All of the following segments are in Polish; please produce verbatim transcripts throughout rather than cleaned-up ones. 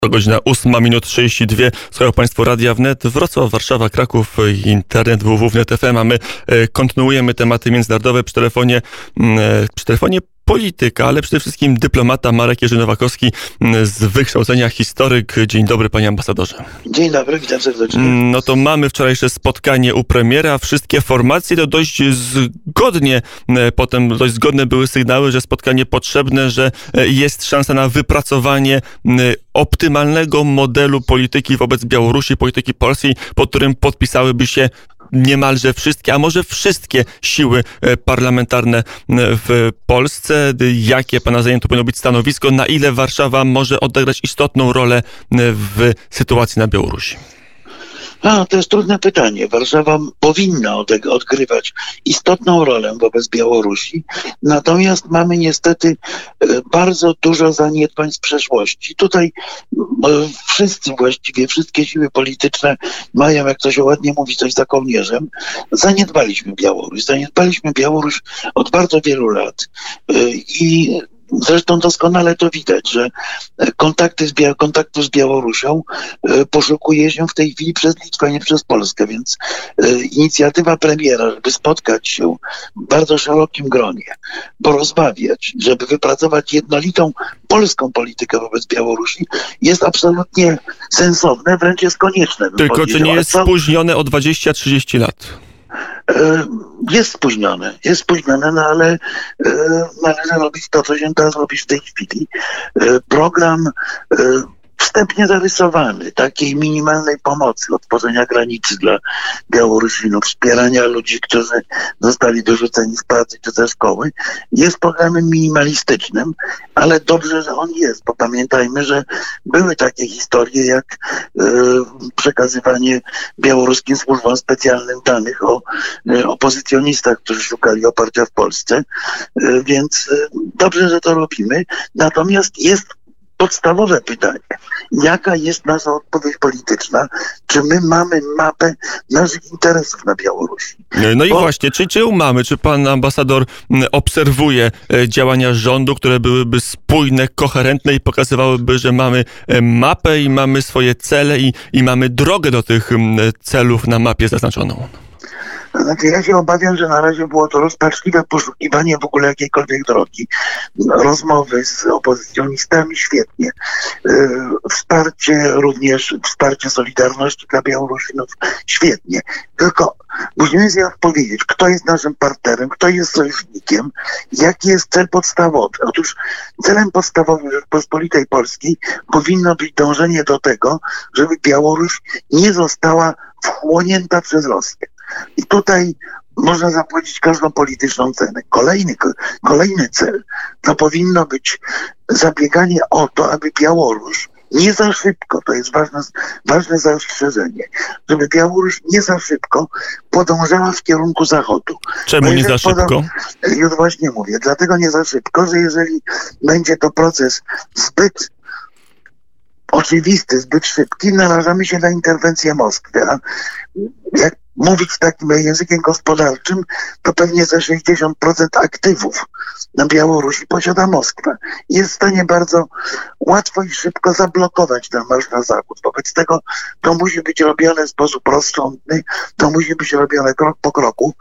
To godzina ósma minut trzydzieści dwie. Słuchają Państwo Radia Wnet, Wrocław, Warszawa, Kraków, internet w w w kropka wnet kropka f m. A my kontynuujemy tematy międzynarodowe przy telefonie, przy telefonie polityka, ale przede wszystkim dyplomata Marek Jerzy Nowakowski, z wykształcenia historyk. Dzień dobry, panie ambasadorze. Dzień dobry, witam serdecznie. No to mamy wczorajsze spotkanie u premiera. Wszystkie formacje to dość zgodnie, potem dość zgodne były sygnały, że spotkanie potrzebne, że jest szansa na wypracowanie optymalnego modelu polityki wobec Białorusi, polityki polskiej, pod którym podpisałyby się niemalże wszystkie, a może wszystkie siły parlamentarne w Polsce. Jakie pana zdaniem to powinno być stanowisko? Na ile Warszawa może odegrać istotną rolę w sytuacji na Białorusi? A, to jest trudne pytanie. Warszawa powinna odgrywać istotną rolę wobec Białorusi, natomiast mamy niestety bardzo dużo zaniedbań z przeszłości. Tutaj wszyscy właściwie, wszystkie siły polityczne mają, jak to się ładnie mówi, coś za kołnierzem. Zaniedbaliśmy Białoruś. Zaniedbaliśmy Białoruś od bardzo wielu lat. I zresztą doskonale to widać, że kontakty z Bia- kontaktu z Białorusią e, poszukuje się w tej chwili przez Litwę, nie przez Polskę, więc e, inicjatywa premiera, żeby spotkać się w bardzo szerokim gronie, porozmawiać, żeby wypracować jednolitą polską politykę wobec Białorusi, jest absolutnie sensowne, wręcz jest konieczne. Tylko czy nie jest spóźnione o dwadzieścia trzydzieści lat? Jest spóźnione, jest spóźnione, no ale e, należy robić to, co się da zrobić w tej chwili. E, program e, wstępnie zarysowany, takiej minimalnej pomocy, otworzenia granicy dla Białorusinów, wspierania ludzi, którzy zostali wyrzuceni z pracy czy ze szkoły, jest programem minimalistycznym, ale dobrze, że on jest, bo pamiętajmy, że były takie historie jak e, przekazywanie białoruskim służbom specjalnym danych o e, opozycjonistach, którzy szukali oparcia w Polsce, e, więc e, dobrze, że to robimy, natomiast jest podstawowe pytanie. Jaka jest nasza odpowiedź polityczna? Czy my mamy mapę naszych interesów na Białorusi? No i Bo... właśnie, czy, czy ją mamy? Czy pan ambasador obserwuje działania rządu, które byłyby spójne, koherentne i pokazywałyby, że mamy mapę i mamy swoje cele i, i mamy drogę do tych celów na mapie zaznaczoną? Znaczy ja się obawiam, że na razie było to rozpaczliwe poszukiwanie w ogóle jakiejkolwiek drogi. Rozmowy z opozycjonistami świetnie. Wsparcie również, wsparcie Solidarności dla Białorusinów świetnie. Tylko musimy sobie odpowiedzieć, kto jest naszym partnerem, kto jest sojusznikiem, jaki jest cel podstawowy. Otóż celem podstawowym Rzeczypospolitej Polskiej powinno być dążenie do tego, żeby Białoruś nie została wchłonięta przez Rosję. I tutaj można zapłacić każdą polityczną cenę. Kolejny, kolejny cel to powinno być zabieganie o to, aby Białoruś nie za szybko, to jest ważne, ważne zastrzeżenie, żeby Białoruś nie za szybko podążała w kierunku Zachodu. Czemu nie za szybko? Podąż... Już właśnie mówię, dlatego nie za szybko, że jeżeli będzie to proces zbyt oczywisty, zbyt szybki, narażamy się na interwencję Moskwy. A jak mówić takim językiem gospodarczym, to pewnie ze sześćdziesiąt procent aktywów na Białorusi posiada Moskwa. Jest w stanie bardzo łatwo i szybko zablokować ten marsz na zachód. Wobec tego to musi być robione w sposób rozsądny, to musi być robione krok po kroku.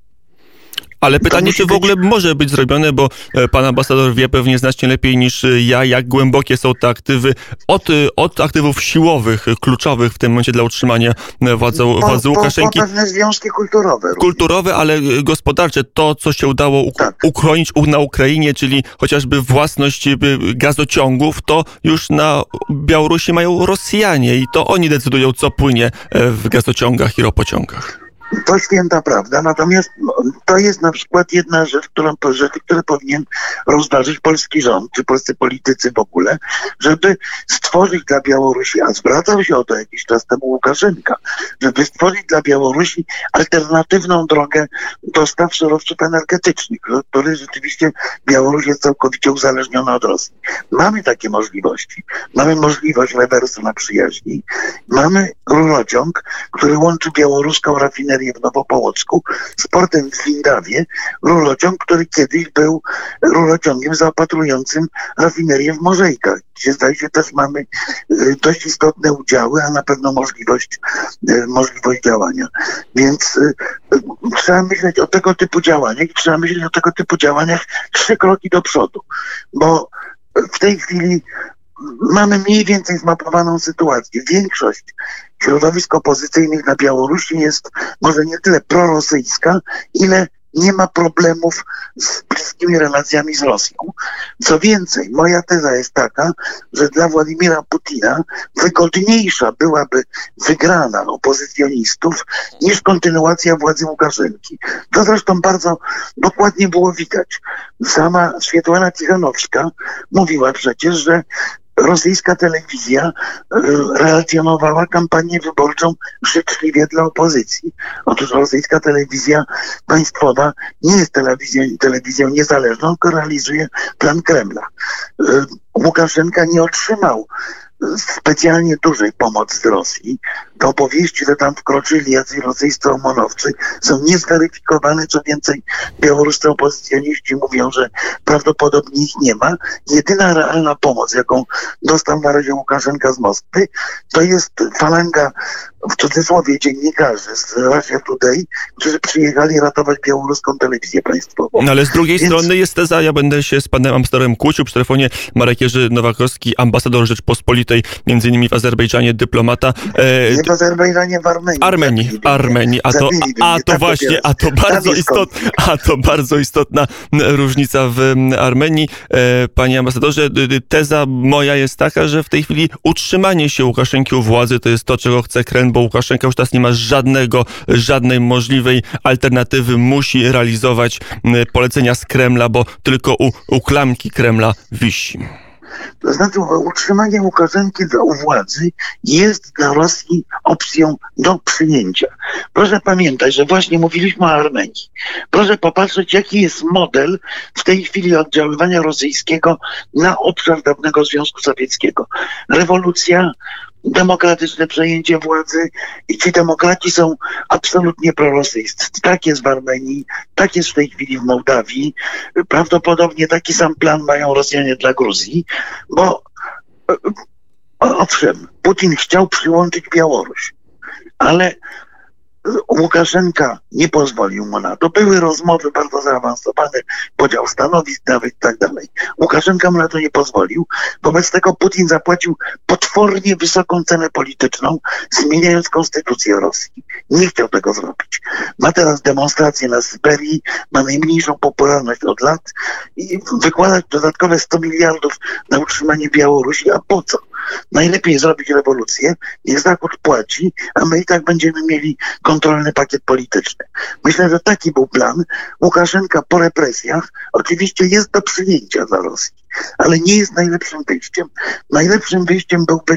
Ale pytanie, czy w ogóle może być zrobione, bo pan ambasador wie pewnie znacznie lepiej niż ja, jak głębokie są te aktywy od, od aktywów siłowych, kluczowych w tym momencie dla utrzymania władzy, władzy Łukaszenki. Po, po pewne związki kulturowe. Również. Kulturowe, ale gospodarcze. To, co się udało u- tak. uchronić na Ukrainie, czyli chociażby własność gazociągów, to już na Białorusi mają Rosjanie i to oni decydują, co płynie w gazociągach i ropociągach. To święta prawda, natomiast to jest na przykład jedna rzecz, którą, rzecz, którą powinien rozważyć polski rząd, czy polscy politycy w ogóle, żeby stworzyć dla Białorusi, a zwracał się o to jakiś czas temu Łukaszenka, żeby stworzyć dla Białorusi alternatywną drogę dostaw surowców energetycznych, od których rzeczywiście Białoruś jest całkowicie uzależniona od Rosji. Mamy takie możliwości. Mamy możliwość rewersu na przyjaźni. Mamy rurociąg, który łączy białoruską rafinerię rafinerię w Nowopołocku z portem w Windawie, rurociąg, który kiedyś był rurociągiem zaopatrującym rafinerię w Morzejkach, gdzie zdaje się też mamy dość istotne udziały, a na pewno możliwość, możliwość działania. Więc trzeba myśleć o tego typu działaniach i trzeba myśleć o tego typu działaniach trzy kroki do przodu, bo w tej chwili mamy mniej więcej zmapowaną sytuację. Większość środowisk opozycyjnych na Białorusi jest może nie tyle prorosyjska, ile nie ma problemów z bliskimi relacjami z Rosją. Co więcej, moja teza jest taka, że dla Władimira Putina wygodniejsza byłaby wygrana opozycjonistów niż kontynuacja władzy Łukaszenki. To zresztą bardzo dokładnie było widać. Sama Swiatłana Cichanowska mówiła przecież, że rosyjska telewizja relacjonowała kampanię wyborczą życzliwie dla opozycji. Otóż rosyjska telewizja państwowa nie jest telewizją, telewizją niezależną, tylko realizuje plan Kremla. Łukaszenka nie otrzymał specjalnie dużej pomocy z Rosji. Te opowieści, że tam wkroczyli jacyś rosyjscy omonowcy, są niezweryfikowane. Co więcej, białoruscy opozycjoniści mówią, że prawdopodobnie ich nie ma. Jedyna realna pomoc, jaką dostał na razie Łukaszenka z Moskwy, to jest falanga, w cudzysłowie, dziennikarzy z Russia Today, którzy przyjechali ratować białoruską telewizję państwową. No ale z drugiej Więc... strony jest teza, ja będę się z panem ambasadorem kłócił, przy telefonie Marek Jerzy Nowakowski, ambasador Rzeczpospolitej, między innymi w Azerbejdżanie, dyplomata. E, nie w Azerbejdżanie, w Armenii. Armenii, w Armenii, a to, a, a to właśnie, a to bardzo istotna, a to bardzo istotna różnica w Armenii. E, panie ambasadorze, teza moja jest taka, że w tej chwili utrzymanie się Łukaszenki u władzy to jest to, czego chce Kreml, bo Łukaszenka już teraz nie ma żadnego, żadnej możliwej alternatywy, musi realizować polecenia z Kremla, bo tylko u, u klamki Kremla wisi. To znaczy utrzymanie Łukaszenki u władzy jest dla Rosji opcją do przyjęcia. Proszę pamiętać, że właśnie mówiliśmy o Armenii. Proszę popatrzeć, jaki jest model w tej chwili oddziaływania rosyjskiego na obszar dawnego Związku Sowieckiego. Rewolucja, demokratyczne przejęcie władzy i ci demokraci są absolutnie prorosyjscy. Tak jest w Armenii, tak jest w tej chwili w Mołdawii. Prawdopodobnie taki sam plan mają Rosjanie dla Gruzji, bo owszem, Putin chciał przyłączyć Białoruś, ale Łukaszenka nie pozwolił mu na to. Były rozmowy bardzo zaawansowane, podział stanowisk nawet i tak dalej. Łukaszenka mu na to nie pozwolił. Wobec tego Putin zapłacił potwornie wysoką cenę polityczną, zmieniając konstytucję Rosji. Nie chciał tego zrobić. Ma teraz demonstracje na Syberii, ma najmniejszą popularność od lat i wykładać dodatkowe sto miliardów na utrzymanie Białorusi. A po co? Najlepiej zrobić rewolucję, niech Zachód płaci, a my i tak będziemy mieli kontrolny pakiet polityczny. Myślę, że taki był plan. Łukaszenka po represjach oczywiście jest do przyjęcia dla Rosji, ale nie jest najlepszym wyjściem. Najlepszym wyjściem byłby,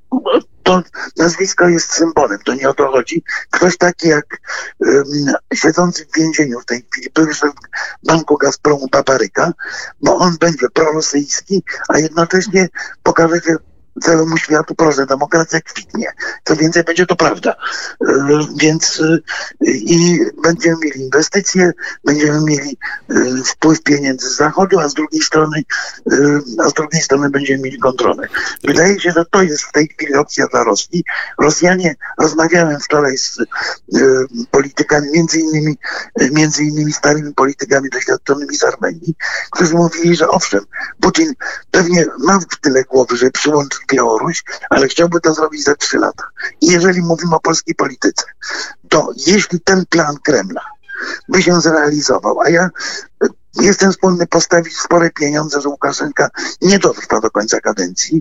to nazwisko jest symbolem, to nie o to chodzi, ktoś taki jak um, siedzący w więzieniu w tej chwili były szef banku Gazpromu Paparyka, bo on będzie prorosyjski, a jednocześnie pokaże się całemu światu, proszę, demokracja kwitnie. Co więcej, będzie to prawda. Yy, więc yy, i będziemy mieli inwestycje, będziemy mieli yy, wpływ pieniędzy z Zachodu, a z drugiej strony yy, a z drugiej strony będziemy mieli kontrolę. Wydaje się, że to jest w tej chwili opcja dla Rosji. Rosjanie, rozmawiałem wczoraj z yy, politykami, między innymi, yy, między innymi starymi politykami doświadczonymi z Armenii, którzy mówili, że owszem, Putin pewnie ma w tyle głowy, że przyłączy Białoruś, ale chciałby to zrobić za trzy lata. I jeżeli mówimy o polskiej polityce, to jeśli ten plan Kremla by się zrealizował, a ja jestem skłonny postawić spore pieniądze, że Łukaszenka nie dotrwa do końca kadencji,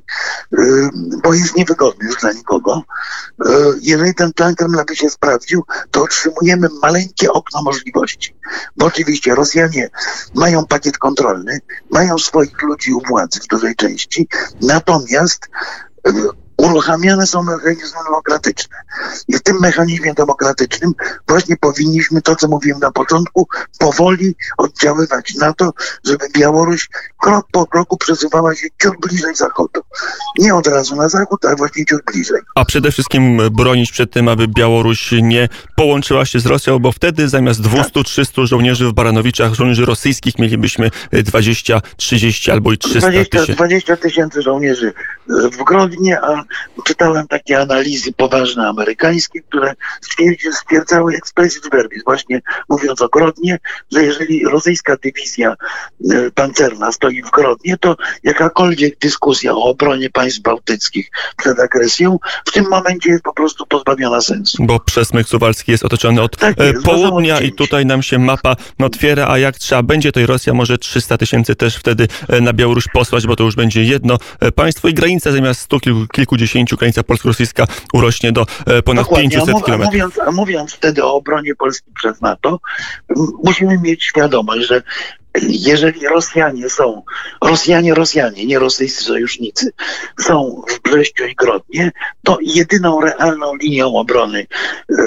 bo jest niewygodny już dla nikogo. Jeżeli ten plan Kremla by się sprawdził, to otrzymujemy maleńkie okno możliwości. Bo oczywiście Rosjanie mają pakiet kontrolny, mają swoich ludzi u władzy w dużej części, natomiast uruchamiane są mechanizmy demokratyczne. I w tym mechanizmie demokratycznym właśnie powinniśmy, to co mówiłem na początku, powoli oddziaływać na to, żeby Białoruś krok po kroku przesuwała się ciut bliżej Zachodu. Nie od razu na Zachód, ale właśnie ciut bliżej. A przede wszystkim bronić przed tym, aby Białoruś nie połączyła się z Rosją, bo wtedy zamiast dwieście trzysta żołnierzy w Baranowiczach, żołnierzy rosyjskich, mielibyśmy dwadzieścia, trzydzieści albo i trzysta tysięcy. dwadzieścia tysięcy żołnierzy w Grodnie, a czytałem takie analizy poważne amerykańskie, które stwierdzały expressis verbis, właśnie mówiąc o Grodnie, że jeżeli rosyjska dywizja pancerna stoi w Grodnie, to jakakolwiek dyskusja o obronie państw bałtyckich przed agresją w tym momencie jest po prostu pozbawiona sensu. Bo Przesmyk Suwalski jest otoczony od tak jest, południa i tutaj nam się mapa otwiera, a jak trzeba będzie, to i Rosja może trzysta tysięcy też wtedy na Białoruś posłać, bo to już będzie jedno państwo i granica zamiast stu kilku, kilkudziesięciu, granica polsko-rosyjska urośnie do ponad Dokładnie. pięciuset kilometrów. A mówiąc, a mówiąc wtedy o obronie Polski przez NATO, musimy mieć świadomość, że jeżeli Rosjanie są, Rosjanie, Rosjanie, nie rosyjscy sojusznicy, są w Brześciu i Grodnie, to jedyną realną linią obrony yy,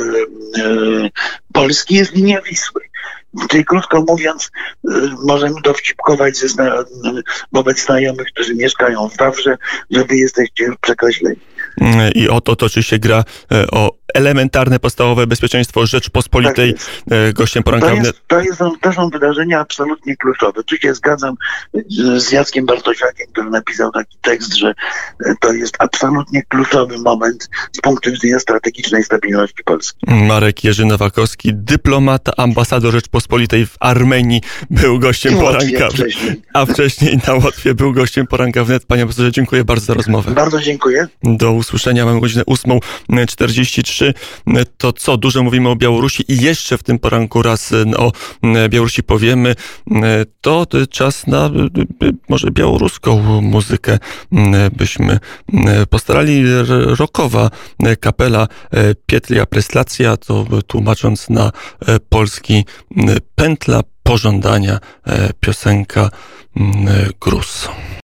yy, Polski jest linia Wisły. Czyli krótko mówiąc, yy, możemy dowcipkować ze zna- wobec znajomych, którzy mieszkają w Wawrze, że wy jesteście już przekreśleni. I o to toczy się gra o elementarne, podstawowe bezpieczeństwo Rzeczpospolitej. Tak gościem poranka. To, jest, to, jest, to są wydarzenia absolutnie kluczowe. Tu się zgadzam z Jackiem Bartosiakiem, który napisał taki tekst, że to jest absolutnie kluczowy moment z punktu widzenia strategicznej stabilności Polski. Marek Jerzy Nowakowski, dyplomata, ambasador Rzeczpospolitej w Armenii, był gościem poranka. Wcześniej. A wcześniej na Łotwie był gościem poranka wnet. Panie profesorze, dziękuję bardzo za rozmowę. Bardzo dziękuję. Do usłyszenia. Mamy godzinę ósmą czterdzieści trzy. To co, dużo mówimy o Białorusi i jeszcze w tym poranku raz o Białorusi powiemy. To czas na może białoruską muzykę byśmy postarali. Rockowa kapela Pietlia Preslacja, to tłumacząc na polski pętla pożądania, piosenka Gruz.